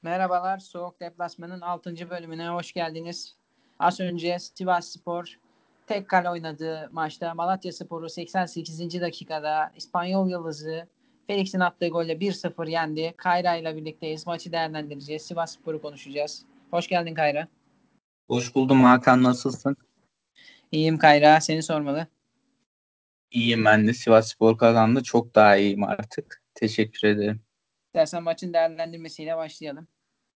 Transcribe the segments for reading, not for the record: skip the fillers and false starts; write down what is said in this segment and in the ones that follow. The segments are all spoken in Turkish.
Merhabalar, Soğuk Deplasman'ın 6. bölümüne hoş geldiniz. Az önce Sivasspor tek kale oynadığı maçta Malatyaspor'u 88. dakikada İspanyol Yıldızı Felix'in attığı golle 1-0 yendi. Kayra ile birlikteyiz. Maçı değerlendireceğiz. Sivasspor'u konuşacağız. Hoş geldin Kayra. Hoş buldum Hakan, nasılsın? İyiyim Kayra, seni sormalı. İyiyim ben de. Sivasspor kazandı. Çok daha iyiyim artık. Teşekkür ederim. Dersen maçın değerlendirmesiyle başlayalım.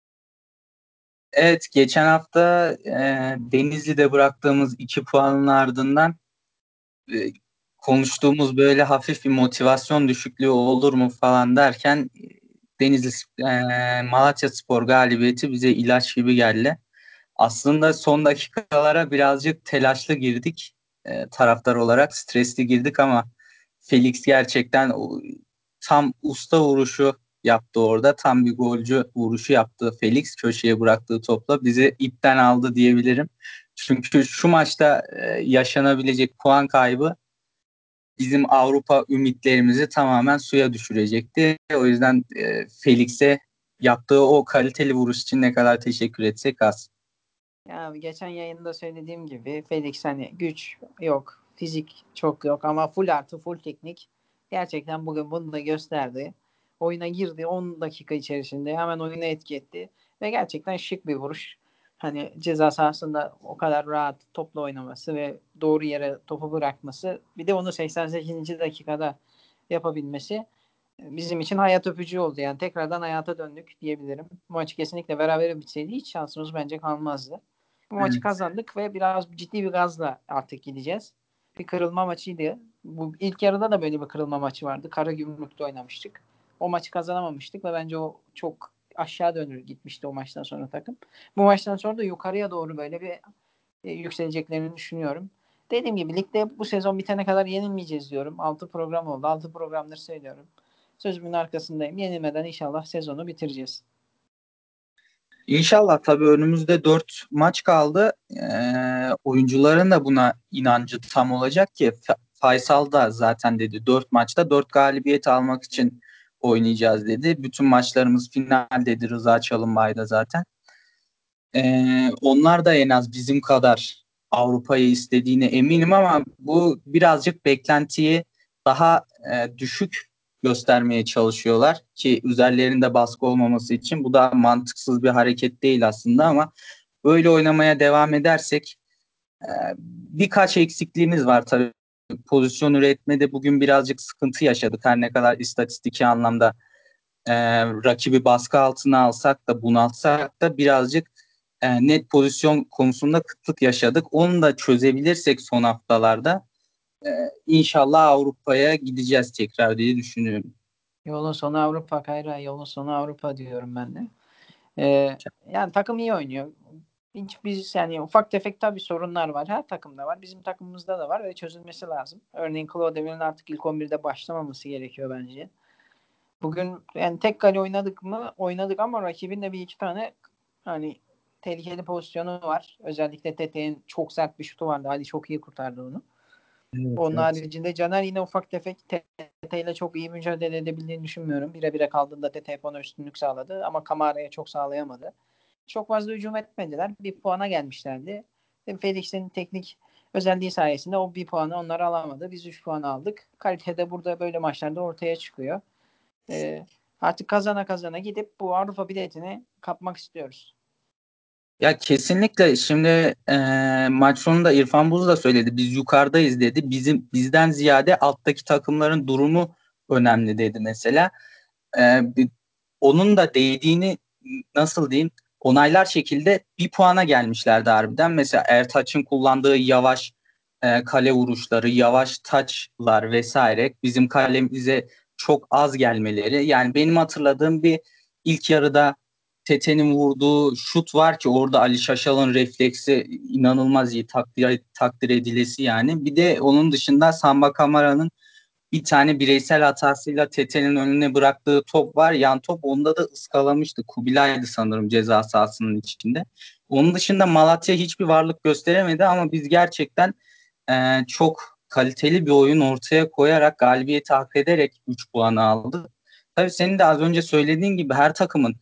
Evet, geçen hafta Denizli'de bıraktığımız 2 puanın ardından e, konuştuğumuz böyle hafif bir motivasyon düşüklüğü olur mu falan derken Denizli Malatyaspor galibiyeti bize ilaç gibi geldi. Aslında son dakikalara birazcık telaşlı girdik. Taraftar olarak stresli girdik ama Felix gerçekten tam usta vuruşu yaptı orada. Tam bir golcü vuruşu yaptı Felix. Köşeye bıraktığı topla bizi ipten aldı diyebilirim. Çünkü şu maçta yaşanabilecek puan kaybı bizim Avrupa ümitlerimizi tamamen suya düşürecekti. O yüzden Felix'e yaptığı o kaliteli vuruş için ne kadar teşekkür etsek az. Ya geçen yayında söylediğim gibi Felix hani güç yok, fizik çok yok ama full artı full teknik. Gerçekten bugün bunu da gösterdi. Oyuna girdi 10 dakika içerisinde hemen oyuna etki etti ve gerçekten şık bir vuruş. Hani ceza sahasında o kadar rahat topla oynaması ve doğru yere topu bırakması, bir de onu 88. dakikada yapabilmesi bizim için hayat öpücüğü oldu. Yani tekrardan hayata döndük diyebilirim. Bu maç kesinlikle berabere bitseydi hiç şansımız bence kalmazdı. Bu maçı Evet. kazandık ve biraz ciddi bir gazla artık gideceğiz. Bir kırılma maçıydı. Bu ilk yarıda da böyle bir kırılma maçı vardı. Karagümrük'te oynamıştık. O maçı kazanamamıştık ve bence o çok aşağı dönür gitmişti o maçtan sonra takım. Bu maçtan sonra da yukarıya doğru böyle bir yükseleceklerini düşünüyorum. Dediğim gibi ligde bu sezon bitene kadar yenilmeyeceğiz diyorum. 6 program oldu. 6 programdır söylüyorum. Sözümün arkasındayım. Yenilmeden inşallah sezonu bitireceğiz. İnşallah, tabii önümüzde 4 maç kaldı. Oyuncuların da buna inancı tam olacak ki Faysal da zaten dedi 4 maçta 4 galibiyet almak için oynayacağız dedi. Bütün maçlarımız final dedi Rıza Çalınbay da zaten. Onlar da en az bizim kadar Avrupa'yı istediğine eminim ama bu birazcık beklentiyi daha düşük göstermeye çalışıyorlar ki üzerlerinde baskı olmaması için. Bu da mantıksız bir hareket değil aslında ama böyle oynamaya devam edersek birkaç eksikliğimiz var tabii. Pozisyon üretmede bugün birazcık sıkıntı yaşadık. Her ne kadar istatistiki anlamda rakibi baskı altına alsak da bunaltsak da birazcık net pozisyon konusunda kıtlık yaşadık. Onu da çözebilirsek son haftalarda e, inşallah Avrupa'ya gideceğiz tekrar diye düşünüyorum. Yolun sonu Avrupa Kayra. Yolun sonu Avrupa diyorum ben de. Yani takım iyi oynuyor. Hiç biz yani ufak tefek tabii sorunlar var. Her takımda var. Bizim takımımızda da var ve çözülmesi lazım. Örneğin Claude'nin artık ilk 11'de başlamaması gerekiyor bence. Bugün yani tek kale oynadık mı? Oynadık ama rakibin de bir iki tane hani tehlikeli pozisyonu var. Özellikle Tete'nin çok sert bir şutu vardı. Ali çok iyi kurtardı onu. Evet, Onun evet. haricinde Caner yine ufak tefek Tete ile çok iyi mücadele edebildiğini düşünmüyorum. Bire bire kaldığında Tete hep ona üstünlük sağladı ama Kamara'ya çok sağlayamadı. Çok fazla hücum etmediler. Bir puana gelmişlerdi. Felix'in teknik özelliği sayesinde o bir puanı onlar alamadı. Biz 3 puan aldık. Kalitede burada böyle maçlarda ortaya çıkıyor. Ee, Artık kazana kazana gidip bu Avrupa biletini kapmak istiyoruz. Ya kesinlikle şimdi maç sonunda İrfan Buz da söyledi. Biz yukarıdayız dedi. Bizden ziyade alttaki takımların durumu önemli dedi mesela. Onun da değdiğini nasıl diyeyim onaylar şekilde bir puana gelmişlerdi harbiden. Mesela Ertaç'ın kullandığı yavaş kale vuruşları, yavaş taçlar vesaire bizim kalemize çok az gelmeleri. Yani benim hatırladığım bir ilk yarıda Tete'nin vurduğu şut var ki orada Ali Şaşal'ın refleksi inanılmaz iyi takdir edilesi yani. Bir de onun dışında Samba Kamara'nın bir tane bireysel hatasıyla Tete'nin önüne bıraktığı top var. Yan top onda da ıskalamıştı. Kubilay'dı sanırım ceza sahasının içinde. Onun dışında Malatya hiçbir varlık gösteremedi ama biz gerçekten çok kaliteli bir oyun ortaya koyarak galibiyeti hak ederek 3 puanı aldık. Tabii senin de az önce söylediğin gibi her takımın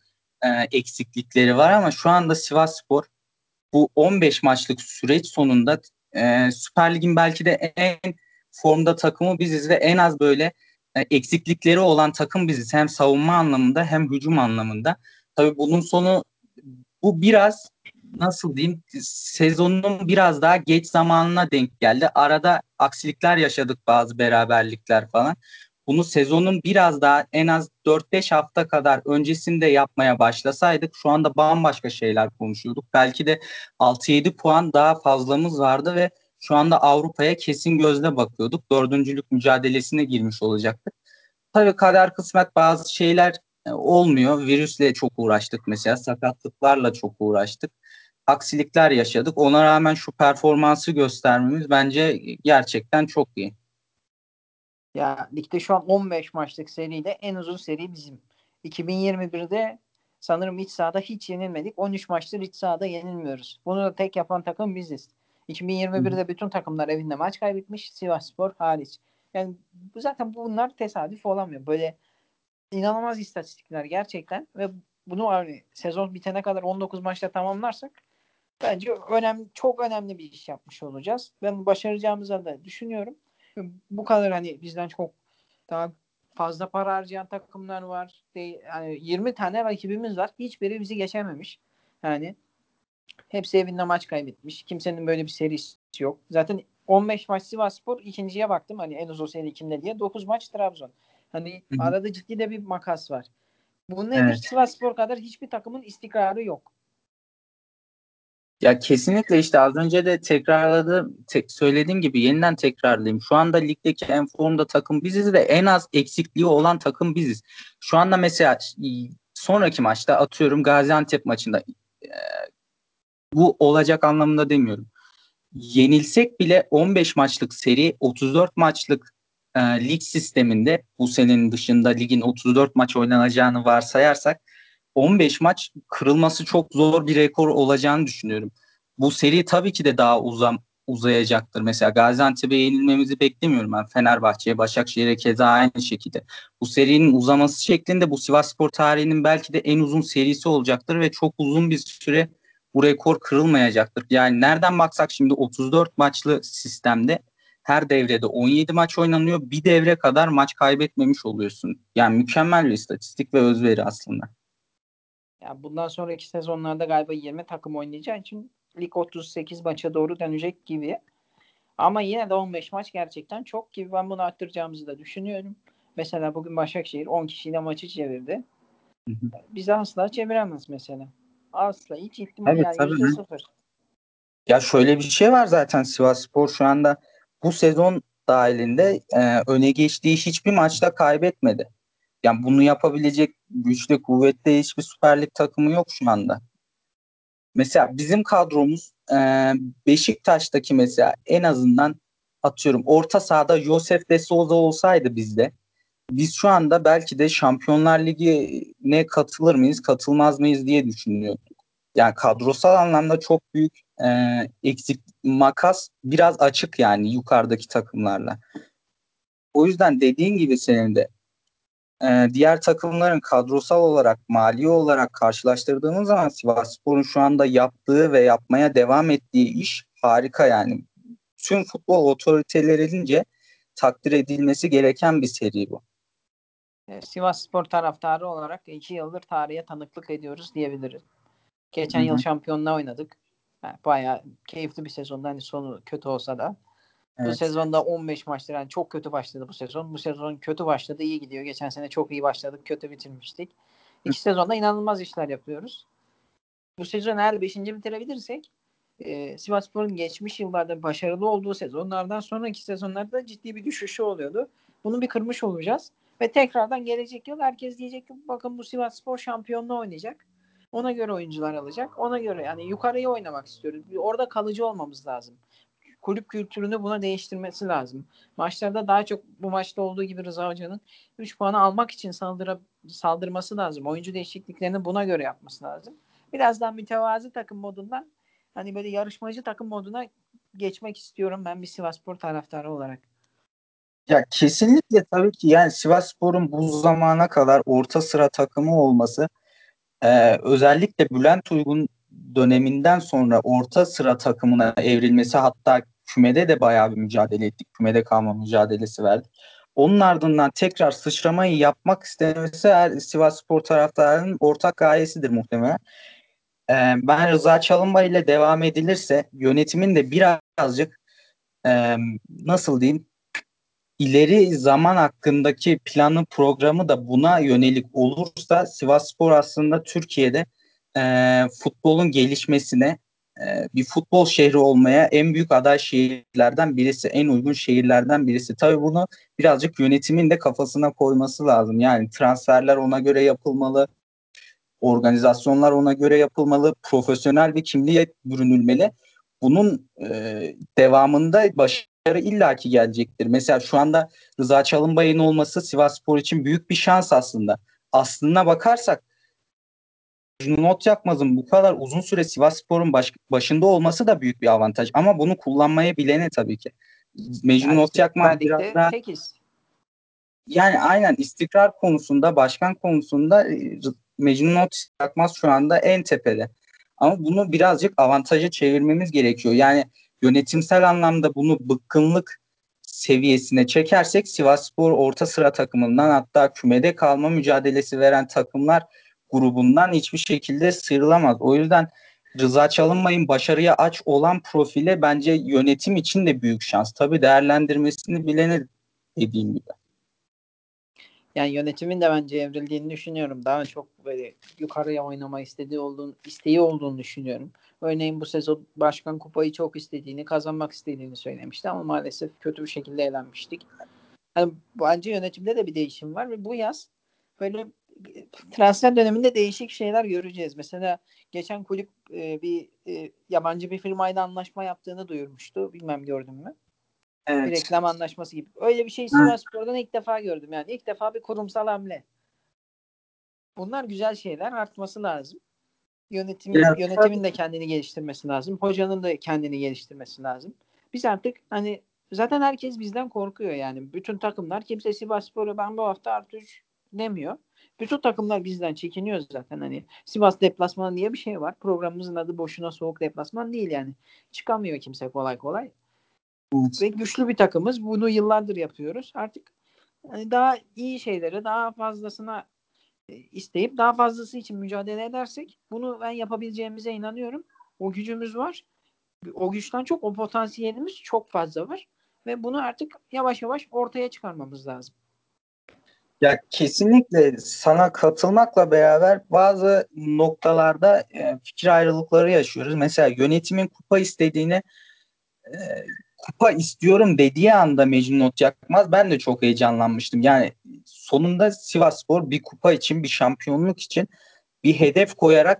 eksiklikleri var ama şu anda Sivasspor bu 15 maçlık süreç sonunda Süper Lig'in belki de en formda takımı biziz ve en az böyle eksiklikleri olan takım biziz. Hem savunma anlamında hem hücum anlamında. Tabii bunun sonu bu biraz nasıl diyeyim sezonun biraz daha geç zamanına denk geldi. Arada aksilikler yaşadık bazı beraberlikler falan. Bunu sezonun biraz daha en az 4-5 hafta kadar öncesinde yapmaya başlasaydık şu anda bambaşka şeyler konuşuyorduk. Belki de 6-7 puan daha fazlamız vardı ve şu anda Avrupa'ya kesin gözle bakıyorduk. Dördüncülük mücadelesine girmiş olacaktık. Tabii kader kısmet bazı şeyler olmuyor. Virüsle çok uğraştık mesela. Sakatlıklarla çok uğraştık. Aksilikler yaşadık. Ona rağmen şu performansı göstermemiz bence gerçekten çok iyi. Ya ligde şu an 15 maçlık seriyle en uzun seri bizim. 2021'de sanırım iç sahada hiç yenilmedik. 13 maçtır iç sahada yenilmiyoruz. Bunu da tek yapan takım biziz. Hı hı. 2021'de bütün takımlar evinde maç kaybetmiş. Sivasspor hariç. Yani zaten bunlar tesadüf olamıyor. Böyle inanılmaz istatistikler gerçekten ve bunu hani sezon bitene kadar 19 maçta tamamlarsak bence çok önemli bir iş yapmış olacağız. Ben başaracağımıza da düşünüyorum. Bu kadar hani bizden çok daha fazla para harcayan takımlar var. Yani 20 tane rakibimiz var. Hiçbiri bizi geçememiş. Yani hepsi evinde maç kaybetmiş. Kimsenin böyle bir serisi yok. Zaten 15 maç Sivasspor, ikinciye baktım hani en uzun seri kimde diye. 9 maç Trabzon. Hani Hı hı. arada ciddi de bir makas var. Bu nedir? Evet. Sivasspor kadar hiçbir takımın istikrarı yok. Ya kesinlikle işte az önce de söylediğim gibi yeniden tekrarlayayım. Şu anda ligdeki en formda takım biziz ve en az eksikliği olan takım biziz. Şu anda mesela sonraki maçta atıyorum Gaziantep maçında bu olacak anlamında demiyorum. Yenilsek bile 15 maçlık seri 34 maçlık lig sisteminde bu senenin dışında ligin 34 maç oynanacağını varsayarsak 15 maç kırılması çok zor bir rekor olacağını düşünüyorum. Bu seri tabii ki de daha uzayacaktır. Mesela Gaziantep'e yenilmemizi beklemiyorum ben. Fenerbahçe'ye, Başakşehir'e keza aynı şekilde. Bu serinin uzaması şeklinde bu Sivasspor tarihinin belki de en uzun serisi olacaktır ve çok uzun bir süre bu rekor kırılmayacaktır. Yani nereden baksak şimdi 34 maçlı sistemde her devrede 17 maç oynanıyor. Bir devre kadar maç kaybetmemiş oluyorsun. Yani mükemmel bir istatistik ve özveri aslında. Ya bundan sonraki sezonlarda galiba 20 takım oynayacağı için lig 38 maça doğru dönecek gibi. Ama yine de 15 maç gerçekten çok gibi. Ben bunu arttıracağımızı da düşünüyorum. Mesela bugün Başakşehir 10 kişiyle maçı çevirdi. Hı hı. Bizi asla çeviremez mesela. Asla hiç ihtimal Evet yani tabii. %0. Ya şöyle bir şey var zaten Sivasspor şu anda bu sezon dahilinde öne geçtiği hiçbir maçta kaybetmedi. Yani bunu yapabilecek güçlü kuvvetli hiçbir Süper Lig takımı yok şu anda. Mesela bizim kadromuz Beşiktaş'taki mesela en azından atıyorum orta sahada Josef de Souza olsaydı bizde biz şu anda belki de Şampiyonlar Ligi'ne katılır mıyız, katılmaz mıyız diye düşünüyorum. Yani kadrosal anlamda çok büyük eksik makas biraz açık yani yukarıdaki takımlarla. O yüzden dediğin gibi senin de diğer takımların kadrosal olarak, mali olarak karşılaştırdığımız zaman Sivasspor'un şu anda yaptığı ve yapmaya devam ettiği iş harika yani. Tüm futbol otoritelerince takdir edilmesi gereken bir seri bu. Sivasspor taraftarı olarak 2 yıldır tarihe tanıklık ediyoruz diyebiliriz. Hı Geçen yıl hı. şampiyonluğa oynadık. Yani bayağı keyifli bir sezonda hani sonu kötü olsa da. Bu Evet. sezonda 15 maçtır yani çok kötü başladı bu sezon. Bu sezon kötü başladı, iyi gidiyor. Geçen sene çok iyi başladık, kötü bitirmiştik. İki sezonda inanılmaz işler yapıyoruz. Bu sezon eğer 5. bitirebilirsek Sivasspor'un geçmiş yıllarda başarılı olduğu sezonlardan sonraki sezonlarda ciddi bir düşüşü oluyordu. Bunu bir kırmış olacağız. Ve tekrardan gelecek yıl herkes diyecek ki bakın bu Sivasspor şampiyonluğu oynayacak. Ona göre oyuncular alacak. Ona göre yani yukarıya oynamak istiyoruz. Orada kalıcı olmamız lazım. Kulüp kültürünü buna değiştirmesi lazım. Maçlarda daha çok bu maçta olduğu gibi Rıza Hoca'nın 3 puanı almak için saldırması lazım. Oyuncu değişikliklerini buna göre yapması lazım. Biraz daha mütevazi takım modundan hani böyle yarışmacı takım moduna geçmek istiyorum ben bir Sivasspor taraftarı olarak. Ya kesinlikle tabii ki yani Sivasspor'un bu zamana kadar orta sıra takımı olması Özellikle Bülent Uygun döneminden sonra orta sıra takımına evrilmesi, hatta kümede de bayağı bir mücadele ettik. Kümede kalma mücadelesi verdik. Onun ardından tekrar sıçramayı yapmak istemesi Sivasspor taraftarının ortak gayesidir muhtemelen. Ben Rıza Çalınbay ile devam edilirse yönetimin de birazcık e, nasıl diyeyim, ileri zaman hakkındaki planı programı da buna yönelik olursa Sivasspor aslında Türkiye'de futbolun gelişmesine, bir futbol şehri olmaya en büyük aday şehirlerden birisi, en uygun şehirlerden birisi. Tabii bunu birazcık yönetimin de kafasına koyması lazım. Yani transferler ona göre yapılmalı, organizasyonlar ona göre yapılmalı, profesyonel bir kimliğe bürünülmeli. Bunun devamında başarı illaki gelecektir. Mesela şu anda Rıza Çalınbay'ın olması Sivasspor için büyük bir şans aslında. Aslına bakarsak Mecnun Otyakmaz'ın bu kadar uzun süre Sivasspor'un başında olması da büyük bir avantaj. Ama bunu kullanmayı bilene tabii ki. Mecnun Ya işte Otyakmaz Süper biraz Lig'de daha, tekiz. yani aynen istikrar konusunda, başkan konusunda Mecnun Otyakmaz şu anda en tepede. Ama bunu birazcık avantaja çevirmemiz gerekiyor. Yani yönetimsel anlamda bunu bıkkınlık seviyesine çekersek Sivasspor orta sıra takımından, hatta kümede kalma mücadelesi veren takımlar grubundan hiçbir şekilde sıyrılamaz. O yüzden Rıza Çalınbay'ın başarıya aç olan profile bence yönetim için de büyük şans. Tabii değerlendirmesini bilene, dediğim gibi. Yani yönetimin de bence evrildiğini düşünüyorum. Daha çok böyle yukarıya oynama isteği olduğunu düşünüyorum. Örneğin bu sezon başkan kupayı çok istediğini, kazanmak istediğini söylemişti ama maalesef kötü bir şekilde elenmiştik. Yani bence yönetimde de bir değişim var ve bu yaz böyle transfer döneminde değişik şeyler göreceğiz. Mesela geçen kulüp yabancı bir firmayla anlaşma yaptığını duyurmuştu. Bilmem gördün mü? Bir Evet. reklam anlaşması gibi. Öyle bir şey Ha, Sivasspor'dan ilk defa gördüm. Yani ilk defa bir kurumsal hamle. Bunlar güzel şeyler, artması lazım. ya Yönetimin tabii. de kendini geliştirmesi lazım. Hocanın da kendini geliştirmesi lazım. Biz artık hani zaten herkes bizden korkuyor yani. Bütün takımlar, kimse Sivasspor'a ben bu hafta artı 3 demiyor. Bütün takımlar bizden çekiniyor zaten hani. Sivas deplasmanı diye bir şey var. Programımızın adı boşuna soğuk deplasman değil yani. Çıkamıyor kimse kolay kolay. Evet. Ve güçlü bir takımız. Bunu yıllardır yapıyoruz. Artık hani daha iyi şeylere, daha fazlasına isteyip daha fazlası için mücadele edersek bunu ben yapabileceğimize inanıyorum. O gücümüz var. O güçten çok o potansiyelimiz çok fazla var. Ve bunu artık yavaş yavaş ortaya çıkarmamız lazım. Ya kesinlikle sana katılmakla beraber bazı noktalarda fikir ayrılıkları yaşıyoruz. Mesela yönetimin kupa istediğini, e, kupa istiyorum dediği anda Mecnun Otyakmaz, ben de çok heyecanlanmıştım. Yani sonunda Sivasspor bir kupa için, bir şampiyonluk için bir hedef koyarak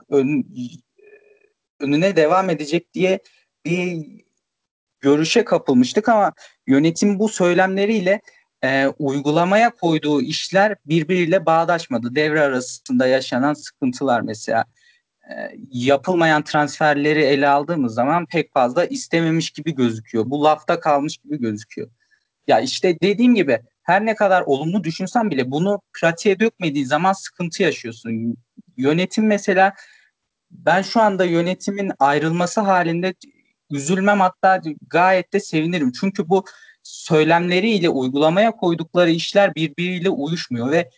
önüne devam edecek diye bir görüşe kapılmıştık ama yönetim bu söylemleriyle uygulamaya koyduğu işler birbiriyle bağdaşmadı. Devre arasında yaşanan sıkıntılar mesela, yapılmayan transferleri ele aldığımız zaman pek fazla istememiş gibi gözüküyor. Bu lafta kalmış gibi gözüküyor. Ya işte dediğim gibi her ne kadar olumlu düşünsen bile bunu pratiğe dökmediği zaman sıkıntı yaşıyorsun. Yönetim mesela, ben şu anda yönetimin ayrılması halinde üzülmem, hatta gayet de sevinirim. Çünkü bu söylemleriyle uygulamaya koydukları işler birbiriyle uyuşmuyor ve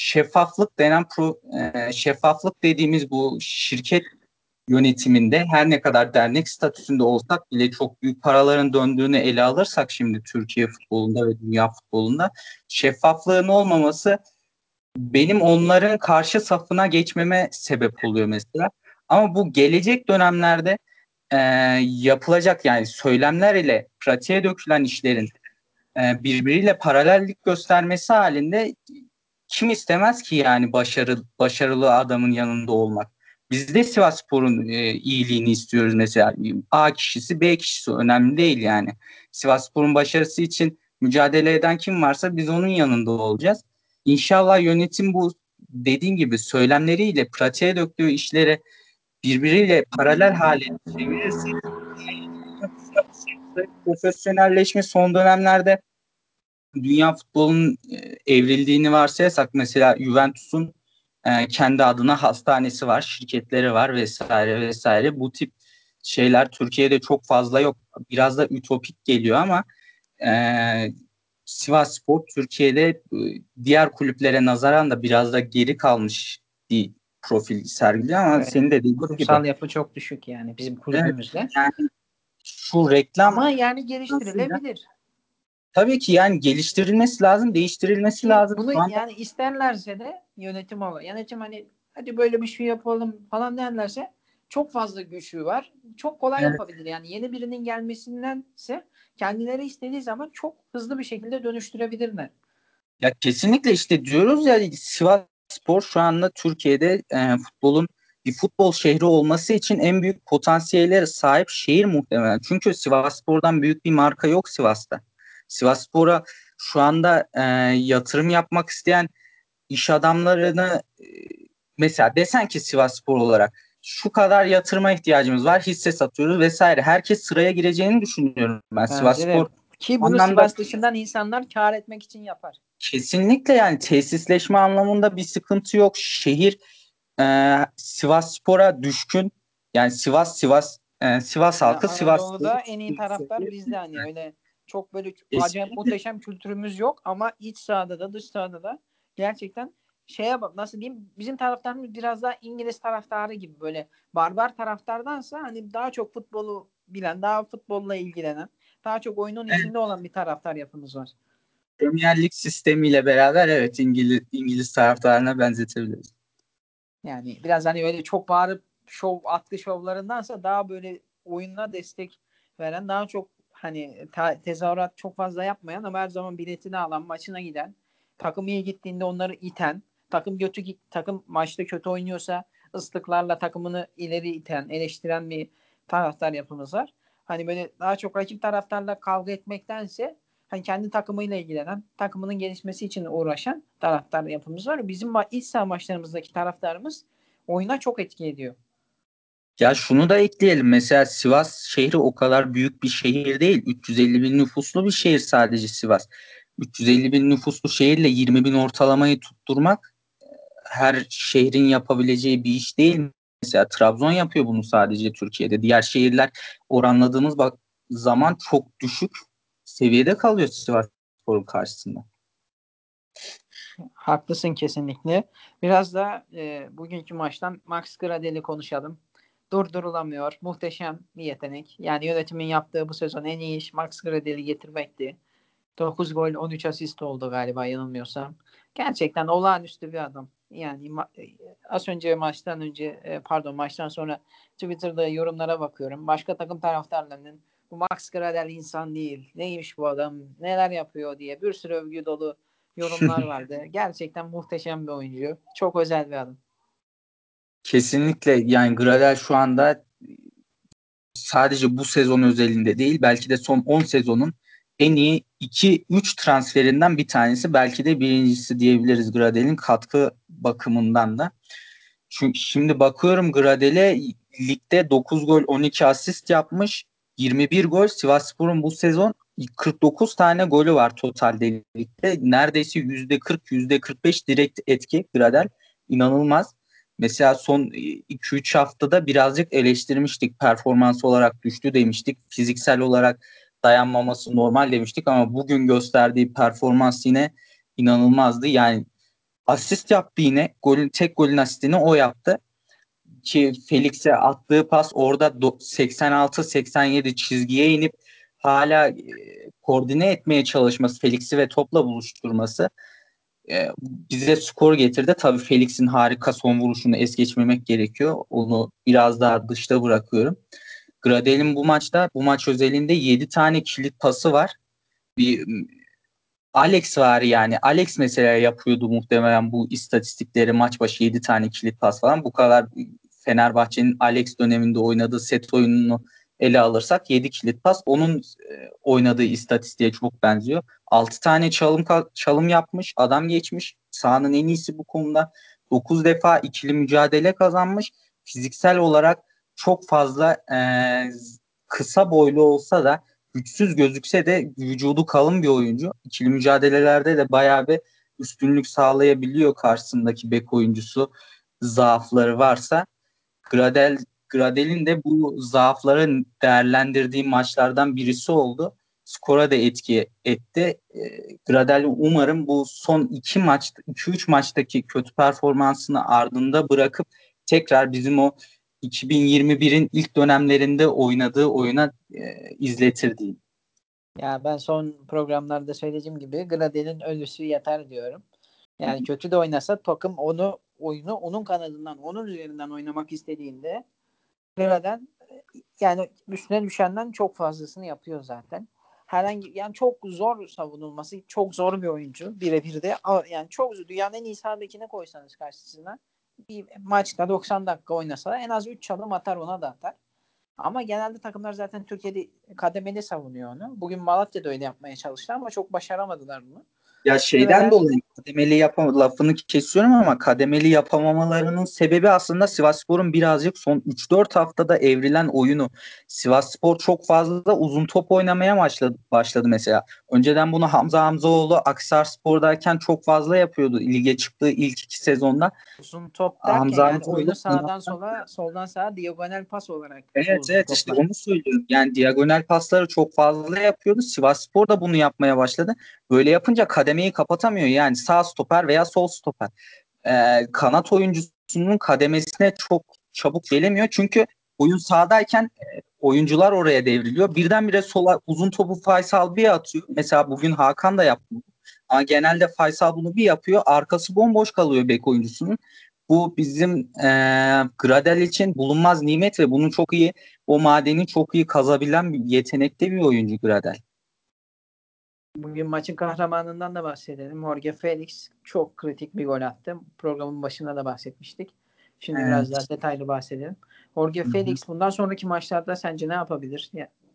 şeffaflık dediğimiz bu şirket yönetiminde, her ne kadar dernek statüsünde olsak bile, çok büyük paraların döndüğünü ele alırsak şimdi Türkiye futbolunda ve dünya futbolunda şeffaflığın olmaması benim onların karşı safına geçmeme sebep oluyor mesela. Ama bu gelecek dönemlerde e, yapılacak, yani söylemler ile pratiğe dökülen işlerin birbiriyle paralellik göstermesi halinde kim istemez ki yani başarılı adamın yanında olmak. Biz de Sivasspor'un iyiliğini istiyoruz mesela. A kişisi B kişisi önemli değil yani. Sivasspor'un başarısı için mücadele eden kim varsa biz onun yanında olacağız. İnşallah yönetim bu dediğin gibi söylemleriyle pratiğe döktüğü işleri birbiriyle paralel hale çevirirse, profesyonelleşme son dönemlerde dünya futbolunun evrildiğini varsayarsak, mesela Juventus'un kendi adına hastanesi var, şirketleri var vesaire vesaire. Bu tip şeyler Türkiye'de çok fazla yok. Biraz da ütopik geliyor ama e, Sivasspor Türkiye'de diğer kulüplere nazaran da biraz da geri kalmış bir profil sergiliyor ama Evet. senin de dediğin gibi. Kurumsal yapı çok düşük yani bizim Evet, kulübümüzde. yani şu reklam Ama yani aslında geliştirilebilir. tabii ki yani geliştirilmesi lazım, değiştirilmesi Ki lazım. bunu Şu anda yani isterlerse de yönetim olur. Yönetim hani hadi böyle bir şey yapalım falan derlerse çok fazla güçlüğü var. Çok kolay evet, yapabilir. Yani yeni birinin gelmesindense kendileri istediği zaman çok hızlı bir şekilde dönüştürebilirler. ya kesinlikle işte diyoruz ya Sivasspor şu anda Türkiye'de futbolun bir futbol şehri olması için en büyük potansiyellere sahip şehir muhtemelen. Çünkü Sivasspor'dan büyük bir marka yok Sivas'ta. Sivasspor'a şu anda yatırım yapmak isteyen iş adamlarını mesela desen ki Sivasspor olarak şu kadar yatırıma ihtiyacımız var, hisse satıyoruz vesaire. Herkes sıraya gireceğini düşünüyorum ben. Bence Sivasspor de. Ki bu bunu anlamda Sivas dışından insanlar kar etmek için yapar. kesinlikle yani tesisleşme anlamında bir sıkıntı yok. Şehir Sivasspor'a düşkün. Yani Sivas Yani halkı Sivasspor'u Anadolu'da en iyi taraftar seviyor. bizde hani öyle çok böyle acayip Kesinlikle. muhteşem kültürümüz yok ama iç sahada da dış sahada da gerçekten şeye bak nasıl diyeyim bizim taraftarımız biraz daha İngiliz taraftarı gibi böyle barbar taraftardansa hani daha çok futbolu bilen, daha futbolla ilgilenen, daha çok oyunun içinde olan bir taraftar yapımız var. Premier Lig sistemiyle beraber evet İngiliz taraftarına benzetebiliriz. Yani biraz hani öyle çok bağırıp atkı şovlarındansa daha böyle oyununa destek veren daha çok hani tezahürat çok fazla yapmayan ama her zaman biletini alan maçına giden takım iyi gittiğinde onları iten takım maçta kötü oynuyorsa ıslıklarla takımını ileri iten eleştiren bir taraftar yapımız var. Hani böyle daha çok rakip taraftarla kavga etmektense hani kendi takımıyla ilgilenen, takımının gelişmesi için uğraşan taraftar yapımız var. Bizim iç saha maçlarımızdaki taraftarımız oyuna çok etki ediyor. Ya şunu da ekleyelim. Mesela Sivas şehri o kadar büyük bir şehir değil. 350 bin nüfuslu bir şehir sadece Sivas. 350 bin nüfuslu şehirle 20 bin ortalamayı tutturmak her şehrin yapabileceği bir iş değil. Mesela Trabzon yapıyor bunu sadece Türkiye'de. Diğer şehirler oranladığımız zaman çok düşük seviyede kalıyor Sivasspor'un karşısında. Haklısın kesinlikle. Biraz da bugünkü maçtan Max Gradel'i konuşalım. Durdurulamıyor. Muhteşem bir yetenek. Yani yönetimin yaptığı bu sezon en iyi iş Max Gradel'i getirmekti. 9 gol 13 asist oldu galiba yanılmıyorsam. Gerçekten olağanüstü bir adam. Yani az önce maçtan önce pardon maçtan sonra Twitter'da yorumlara bakıyorum. Başka takım taraftarlarının bu Max Gradel insan değil. Neymiş bu adam? Neler yapıyor diye bir sürü övgü dolu yorumlar vardı. Gerçekten muhteşem bir oyuncu. Çok özel bir adam. Kesinlikle yani Gradel şu anda sadece bu sezon özelinde değil belki de son 10 sezonun en iyi 2-3 transferinden bir tanesi belki de birincisi diyebiliriz Gradel'in katkı bakımından da. Çünkü şimdi bakıyorum Gradel'e ligde 9 gol 12 asist yapmış 21 gol Sivasspor'un bu sezon 49 tane golü var totalde ligde. Neredeyse %40 %45 direkt etki Gradel. İnanılmaz. Mesela son 2-3 haftada birazcık eleştirmiştik. Performans olarak düştü demiştik. Fiziksel olarak dayanmaması normal demiştik ama bugün gösterdiği performans yine inanılmazdı. Yani asist yaptı yine. Tek golün asistini o yaptı. Ki Felix'e attığı pas orada 86-87 çizgiye inip hala koordine etmeye çalışması, Felix'i ve topla buluşturması bize skor getirdi. Tabii Felix'in harika son vuruşunu es geçmemek gerekiyor. Onu biraz daha dışta bırakıyorum. Gradel'in bu maç özelinde 7 tane kilit pası var. Bir Alex var yani. Alex mesela yapıyordu muhtemelen bu istatistikleri maç başı 7 tane kilit pas falan. Bu kadar Fenerbahçe'nin Alex döneminde oynadığı set oyununu ele alırsak 7 kilit pas onun oynadığı istatistiğe çok benziyor. 6 tane çalım yapmış, adam geçmiş. Sahanın en iyisi bu konuda. 9 defa ikili mücadele kazanmış. Fiziksel olarak çok fazla kısa boylu olsa da güçsüz gözükse de vücudu kalın bir oyuncu. İkili mücadelelerde de bayağı bir üstünlük sağlayabiliyor karşısındaki bek oyuncusu zaafları varsa. Gradel Gradel'in de bu zaafları değerlendirdiği maçlardan birisi oldu. Skora da etki etti. Gradel umarım bu son 2-3 maçtaki kötü performansını ardında bırakıp tekrar bizim o 2021'in ilk dönemlerinde oynadığı oyuna izletir diyeyim. Ya ben son programlarda söylediğim gibi Gradel'in ölüsü yeter diyorum. Yani kötü de oynasa takım oyunu onun kanadından, onun üzerinden oynamak istediğinde Gradel yani üstüne düşenden çok fazlasını yapıyor zaten. Yani çok zor savunulması, çok zor bir oyuncu. Birebir de yani çok zor. Dünyanın en iyi sağ bekine koysanız karşısına bir maçta 90 dakika oynasa en az 3 çalım atar, ona da atar. Ama genelde takımlar zaten Türkiye'de kademeli savunuyor onu. Bugün Malatya'da öyle yapmaya çalıştı ama çok başaramadılar bunu. Ya şeyden Gradel dolayı lafını kesiyorum ama kademeli yapamamalarının sebebi aslında Sivasspor'un birazcık son 3-4 haftada evrilen oyunu. Sivasspor çok fazla da uzun top oynamaya başladı mesela. Önceden bunu Hamza Hamzaoğlu Akhisarspor'dayken çok fazla yapıyordu lige çıktığı ilk 2 sezonda. uzun top derken Hamza yani Hamzaoğlu oyunu sağdan sola, soldan sağa diagonal pas olarak bu Evet uzun evet işte toplar. onu söylüyorum. Yani diagonal pasları çok fazla yapıyordu. Sivasspor da bunu yapmaya başladı. Böyle yapınca kademeyi kapatamıyor. Yani sağ stoper veya sol stoper. Kanat oyuncusunun kademesine çok çabuk gelemiyor. Çünkü oyun sağdayken oyuncular oraya devriliyor. Birdenbire sola uzun topu Faysal bir atıyor. Mesela bugün Hakan da yaptı. Ama genelde Faysal bunu bir yapıyor. Arkası bomboş kalıyor bek oyuncusunun. Bu bizim Gradel için bulunmaz nimet ve bunu çok iyi, o madeni çok iyi kazabilen bir yetenekte bir oyuncu Gradel. Bugün maçın kahramanından da bahsedelim. Jorge Felix çok kritik bir gol attı. Programın başında da bahsetmiştik. Şimdi biraz daha Evet. detaylı bahsedelim. Jorge Hı hı. Felix bundan sonraki maçlarda sence ne yapabilir?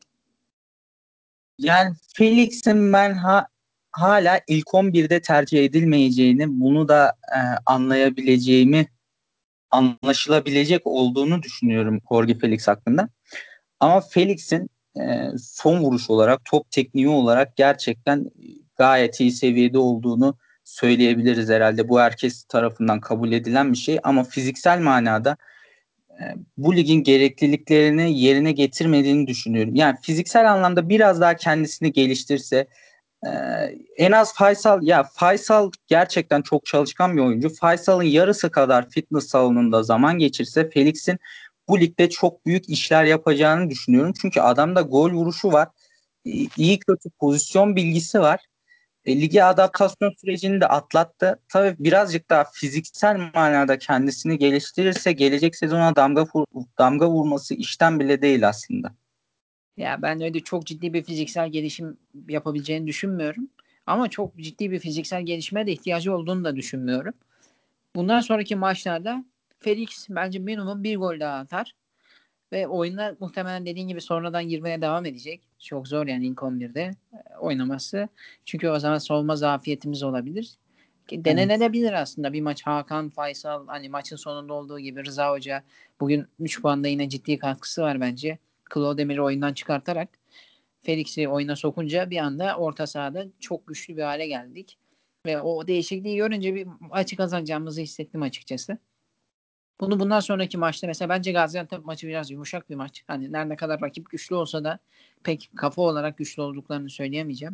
Yani Felix'in ben hala ilk 11'de tercih edilmeyeceğini, bunu da anlayabileceğimi, anlaşılabilecek olduğunu düşünüyorum Jorge Felix hakkında. Ama Felix'in son vuruş olarak, top tekniği olarak gerçekten gayet iyi seviyede olduğunu söyleyebiliriz herhalde. Bu herkes tarafından kabul edilen bir şey ama fiziksel manada bu ligin gerekliliklerini yerine getirmediğini düşünüyorum. Yani fiziksel anlamda biraz daha kendisini geliştirse, ee, en az Faysal gerçekten çok çalışkan bir oyuncu. Faysal'ın yarısı kadar fitness salonunda zaman geçirse Felix'in bu ligde çok büyük işler yapacağını düşünüyorum. Çünkü adamda gol vuruşu var. İyi kötü pozisyon bilgisi var. Lige adaptasyon sürecini de atlattı. Tabii birazcık daha fiziksel manada kendisini geliştirirse gelecek sezona damga vurması işten bile değil aslında. Ya ben öyle çok ciddi bir fiziksel gelişim yapabileceğini düşünmüyorum. Ama çok ciddi bir fiziksel gelişime de ihtiyacı olduğunu da düşünmüyorum. Bundan sonraki maçlarda Felix bence minimum bir gol daha atar. Ve oyuna muhtemelen dediğin gibi sonradan girmeye devam edecek. Çok zor yani ilk 11'de oynaması. Çünkü o zaman savunma zafiyetimiz olabilir. Evet. Denenebilir aslında bir maç Hakan, Faysal, hani maçın sonunda olduğu gibi Rıza Hoca bugün 3 puanda yine ciddi katkısı var bence. Demir'i oyundan çıkartarak Felix'i oyuna sokunca bir anda orta sahada çok güçlü bir hale geldik. Ve o değişikliği görünce bir maçı kazanacağımızı hissettim açıkçası. Bunu bundan sonraki maçta mesela bence Gaziantep maçı biraz yumuşak bir maç. Hani her ne kadar rakip güçlü olsa da pek kafa olarak güçlü olduklarını söyleyemeyeceğim.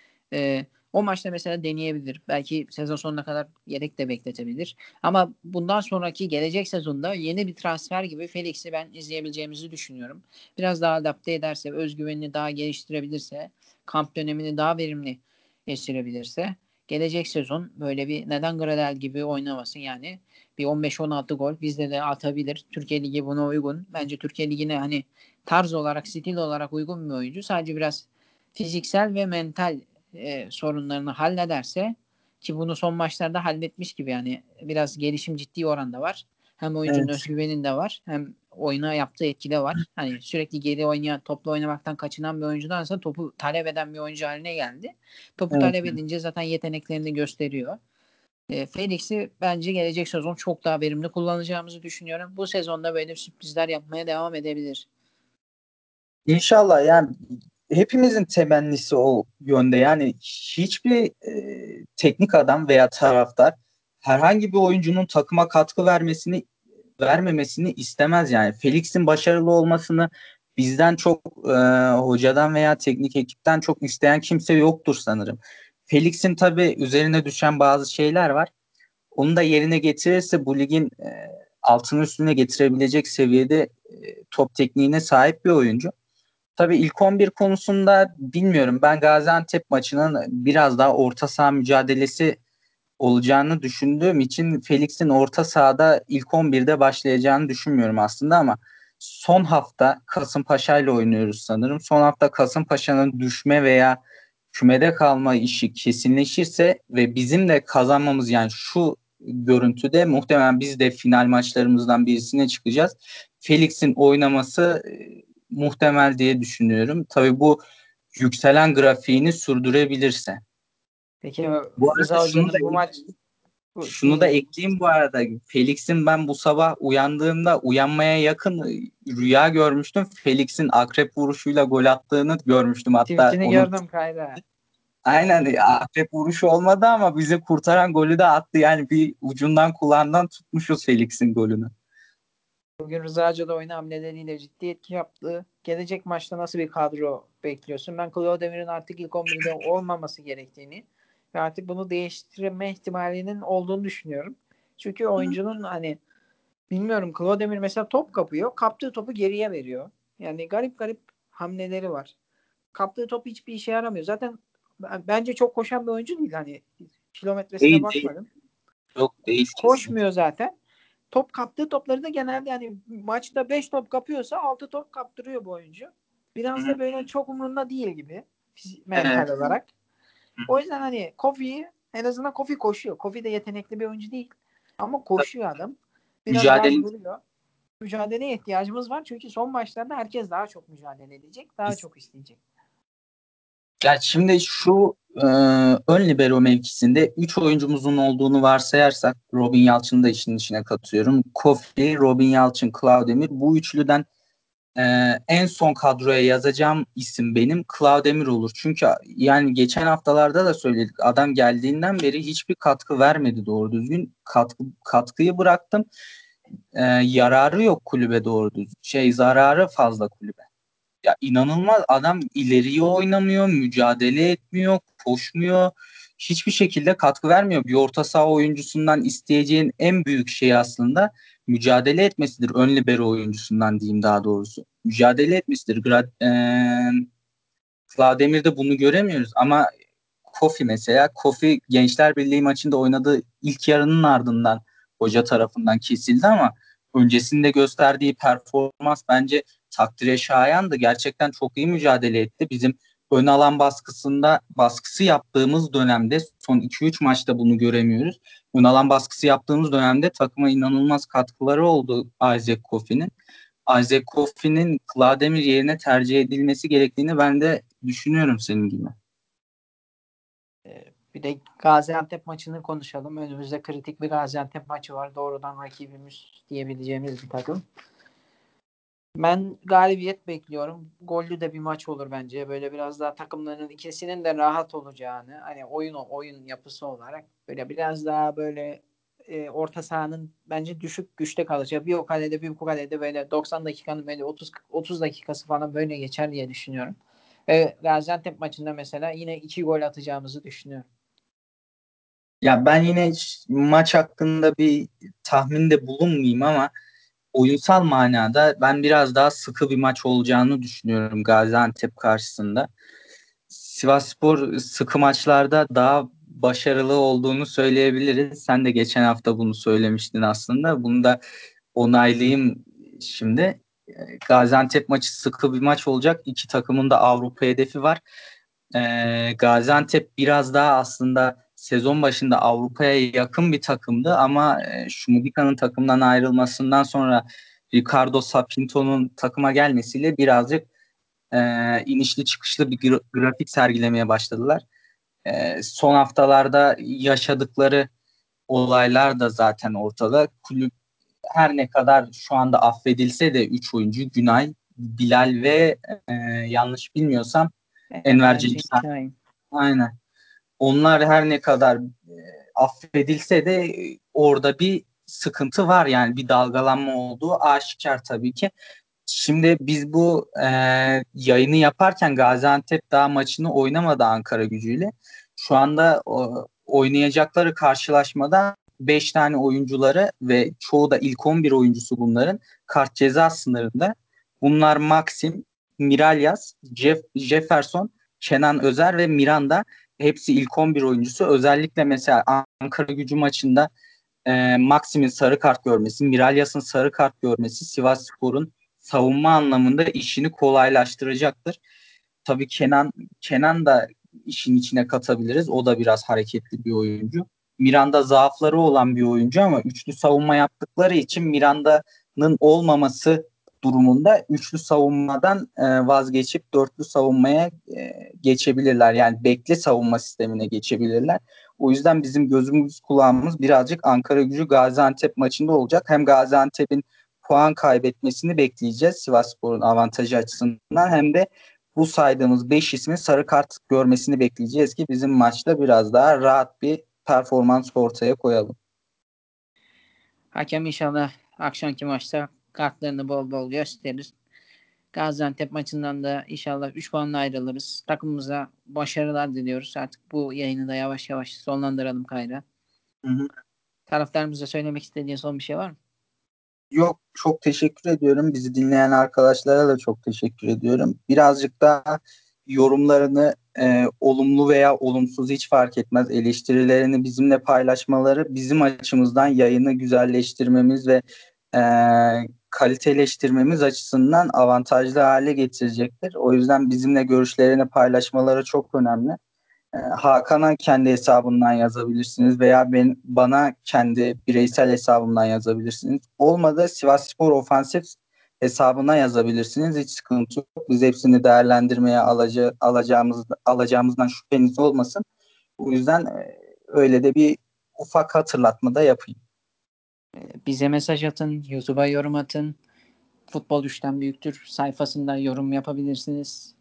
O maçta mesela deneyebilir. Belki sezon sonuna kadar yedek de bekletebilir. Ama bundan sonraki gelecek sezonda yeni bir transfer gibi Felix'i ben izleyebileceğimizi düşünüyorum. Biraz daha adapte ederse, özgüvenini daha geliştirebilirse, kamp dönemini daha verimli geçirebilirse gelecek sezon böyle bir neden Gradel gibi oynamasın yani bir 15-16 gol bizde de atabilir. Türkiye Ligi buna uygun. Bence Türkiye Ligi'ne hani tarz olarak, stil olarak uygun bir oyuncu. Sadece biraz fiziksel ve mental sorunlarını hallederse ki bunu son maçlarda halletmiş gibi yani biraz gelişim ciddi oranda var. Hem oyuncunun Evet. özgüveninde var hem oyuna yaptığı etkide var. Hani sürekli geri oynayan, toplu oynamaktan kaçınan bir oyuncudansa topu talep eden bir oyuncu haline geldi. Topu Evet. talep edince zaten yeteneklerini gösteriyor. Felix'i bence gelecek sezon çok daha verimli kullanacağımızı düşünüyorum. Bu sezonda böyle sürprizler yapmaya devam edebilir. İnşallah yani hepimizin temennisi o yönde. Yani hiçbir teknik adam veya taraftar herhangi bir oyuncunun takıma katkı vermemesini istemez yani. Felix'in başarılı olmasını bizden çok hocadan veya teknik ekipten çok isteyen kimse yoktur sanırım. Felix'in tabii üzerine düşen bazı şeyler var. Onu da yerine getirirse bu ligin altını üstüne getirebilecek seviyede top tekniğine sahip bir oyuncu. Tabii ilk 11 konusunda bilmiyorum. Ben Gaziantep maçının biraz daha orta saha mücadelesi olacağını düşündüğüm için Felix'in orta sahada ilk 11'de başlayacağını düşünmüyorum aslında ama son hafta Kasımpaşa ile oynuyoruz sanırım. Son hafta Kasımpaşa'nın düşme veya kümede kalma işi kesinleşirse ve bizim de kazanmamız yani şu görüntüde muhtemelen biz de final maçlarımızdan birisine çıkacağız. Felix'in oynaması muhtemel diye düşünüyorum. Tabii bu yükselen grafiğini sürdürebilirse. Peki Bu arada Rıza Hoca'nın bu maç şunu da dinliyorum. ekleyeyim bu arada. Felix'in ben bu sabah uyandığımda uyanmaya yakın rüya görmüştüm. Felix'in akrep vuruşuyla gol attığını görmüştüm. Hatta Tweetini onun gördüm Kayra. aynen akrep vuruşu olmadı ama bize kurtaran golü de attı. Yani bir ucundan kulağından tutmuşuz Felix'in golünü. Bugün Rıza Hoca da oyun hamleleriyle ciddi etki yaptı. Gelecek maçta nasıl bir kadro bekliyorsun? Ben Demir'in artık ilk 11'de olmaması gerektiğini ve artık bunu değiştirme ihtimalinin olduğunu düşünüyorum. Çünkü oyuncunun hani bilmiyorum Demir mesela top kapıyor. Kaptığı topu geriye veriyor. Yani garip garip hamleleri var. Kaptığı top hiçbir işe yaramıyor. Zaten bence çok koşan bir oyuncu değil. Hani kilometresine Değil değil. bakmadım. Yok değil kesinlikle. Koşmuyor zaten. Top kaptığı topları da genelde yani maçta 5 top kapıyorsa 6 top kaptırıyor bu oyuncu. Biraz Hı-hı. da böyle çok umurunda değil gibi mental Evet. olarak. Hı-hı. O yüzden hani Kofi'yi en azından Kofi koşuyor. Kofi de yetenekli bir oyuncu değil. Ama koşuyor adam. Biraz daha Mücadele vuruyor. Mücadeleye ihtiyacımız var. Çünkü son maçlarda herkes daha çok mücadele edecek. Daha çok isteyecek. Ya şimdi şu ön libero mevkisinde 3 oyuncumuzun olduğunu varsayarsak Robin Yalçın'ı da işin içine katıyorum. Kofi, Robin Yalçın, Claudemir bu üçlüden e, en son kadroya yazacağım isim benim Claudemir olur. Çünkü yani geçen haftalarda da söyledik adam geldiğinden beri hiçbir katkı vermedi doğru düzgün. Katkıyı bıraktım. Yararı yok kulübe doğru düzgün. Zararı fazla kulübe. Ya inanılmaz adam ileriye oynamıyor, mücadele etmiyor, koşmuyor. Hiçbir şekilde katkı vermiyor. Bir orta saha oyuncusundan isteyeceğin en büyük şey aslında mücadele etmesidir. Ön libero oyuncusundan diyeyim daha doğrusu. Mücadele etmesidir. Vlademir'de bunu göremiyoruz ama Kofi mesela. Kofi Gençler Birliği maçında oynadığı ilk yarının ardından hoca tarafından kesildi ama öncesinde gösterdiği performans bence takdire şayandı. Gerçekten çok iyi mücadele etti. Bizim ön alan baskısı yaptığımız dönemde son 2-3 maçta bunu göremiyoruz. Ön alan baskısı yaptığımız dönemde takıma inanılmaz katkıları oldu Isaac Kofi'nin. Isaac Kofi'nin Vladimir yerine tercih edilmesi gerektiğini ben de düşünüyorum senin gibi. Bir de Gaziantep maçını konuşalım. Önümüzde kritik bir Gaziantep maçı var. Doğrudan rakibimiz diyebileceğimiz bir takım. Ben galibiyet bekliyorum. Gollü de bir maç olur bence. Böyle biraz daha takımların ikisinin de rahat olacağını, hani oyun yapısı olarak böyle biraz daha böyle orta sahanın bence düşük güçte kalacağı. Bir o kalede bir bu kalede böyle 90 dakikanın böyle 30 dakikası falan böyle geçer diye düşünüyorum. Ve Gaziantep maçında mesela yine 2 gol atacağımızı düşünüyorum. Ya ben yine maç hakkında bir tahminde bulunmayayım ama oyunsal manada ben biraz daha sıkı bir maç olacağını düşünüyorum Gaziantep karşısında. Sivasspor sıkı maçlarda daha başarılı olduğunu söyleyebiliriz. Sen de geçen hafta bunu söylemiştin aslında. Bunu da onaylayayım şimdi. Gaziantep maçı sıkı bir maç olacak. İki takımın da Avrupa hedefi var. Gaziantep biraz daha aslında sezon başında Avrupa'ya yakın bir takımdı ama Şumudika'nın takımdan ayrılmasından sonra Ricardo Sapinto'nun takıma gelmesiyle birazcık inişli çıkışlı bir grafik sergilemeye başladılar. Son haftalarda yaşadıkları olaylar da zaten ortada. Kulüp her ne kadar şu anda affedilse de 3 oyuncu Günay, Bilal ve yanlış bilmiyorsam Enver Ercin Şahin. aynen. Onlar her ne kadar affedilse de orada bir sıkıntı var, yani bir dalgalanma olduğu aşikar tabii ki. Şimdi biz bu yayını yaparken Gaziantep daha maçını oynamadı Ankara Gücü'yle. Şu anda oynayacakları karşılaşmada 5 tane oyuncuları ve çoğu da ilk 11 oyuncusu bunların kart ceza sınırında. Bunlar Maxim, Miralyas, Jefferson, Kenan Özer ve Miranda. Hepsi ilk 11 oyuncusu. Özellikle mesela Ankara Gücü maçında Maxim'in sarı kart görmesi, Miralyas'ın sarı kart görmesi Sivasspor'un savunma anlamında işini kolaylaştıracaktır. Tabii Kenan da işin içine katabiliriz. O da biraz hareketli bir oyuncu. Miranda zaafları olan bir oyuncu ama üçlü savunma yaptıkları için Miranda'nın olmaması durumunda üçlü savunmadan vazgeçip dörtlü savunmaya geçebilirler. Yani bekle savunma sistemine geçebilirler. O yüzden bizim gözümüz kulağımız birazcık Ankara Gücü Gaziantep maçında olacak. Hem Gaziantep'in puan kaybetmesini bekleyeceğiz Sivasspor'un avantajı açısından, hem de bu saydığımız 5 ismin sarı kart görmesini bekleyeceğiz ki bizim maçta biraz daha rahat bir performans ortaya koyalım. Hakem inşallah akşamki maçta kartlarını bol bol gösterir. Gaziantep maçından da inşallah 3 puanla ayrılırız. Takımımıza başarılar diliyoruz. Artık bu yayını da yavaş yavaş sonlandıralım Kayra. Hı hı. Taraftarımıza söylemek istediğin son bir şey var mı? Yok, çok teşekkür ediyorum. Bizi dinleyen arkadaşlara da çok teşekkür ediyorum. Birazcık daha yorumlarını olumlu veya olumsuz hiç fark etmez, eleştirilerini bizimle paylaşmaları bizim açımızdan yayını güzelleştirmemiz ve e, kaliteleştirmemiz açısından avantajlı hale getirecektir. O yüzden bizimle görüşlerini paylaşmaları çok önemli. Hakan'a kendi hesabından yazabilirsiniz veya bana kendi bireysel hesabımdan yazabilirsiniz. Olmadı Sivasspor Ofansif hesabına yazabilirsiniz. Hiç sıkıntı yok. Biz hepsini değerlendirmeye alacağımızdan şüpheniz olmasın. O yüzden öyle de bir ufak hatırlatma da yapayım. Bize mesaj atın, YouTube'a yorum atın. Futbol 3'ten büyüktür sayfasında yorum yapabilirsiniz.